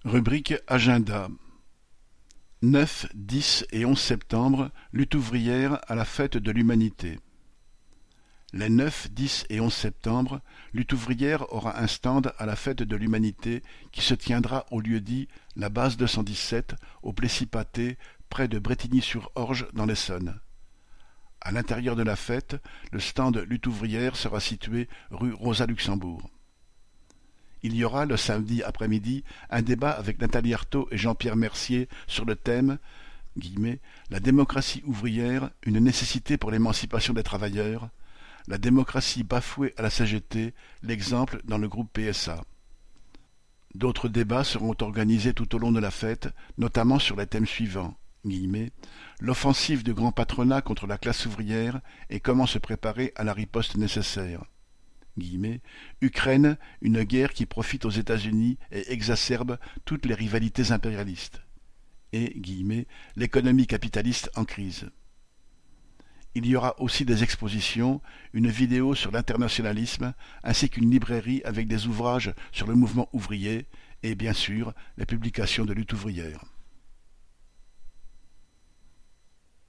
Rubrique Agenda. 9, 10 et 11 septembre, lutte ouvrière à la fête de l'Humanité. Les 9, 10 et 11 septembre, lutte ouvrière aura un stand à la fête de l'Humanité qui se tiendra au lieu-dit la base 217 au Plessis-Pathé, près de Brétigny-sur-Orge dans l'Essonne. À l'intérieur de la fête, le stand lutte ouvrière sera situé rue Rosa-Luxembourg. Il y aura le samedi après-midi un débat avec Nathalie Arthaud et Jean-Pierre Mercier sur le thème « La démocratie ouvrière, une nécessité pour l'émancipation des travailleurs », la démocratie bafouée à la CGT, l'exemple dans le groupe PSA. D'autres débats seront organisés tout au long de la fête, notamment sur les thèmes suivants « L'offensive du grand patronat contre la classe ouvrière et comment se préparer à la riposte nécessaire ». Ukraine, une guerre qui profite aux États-Unis et exacerbe toutes les rivalités impérialistes. Et l'économie capitaliste en crise. Il y aura aussi des expositions, une vidéo sur l'internationalisme, ainsi qu'une librairie avec des ouvrages sur le mouvement ouvrier et, bien sûr, les publications de lutte ouvrière.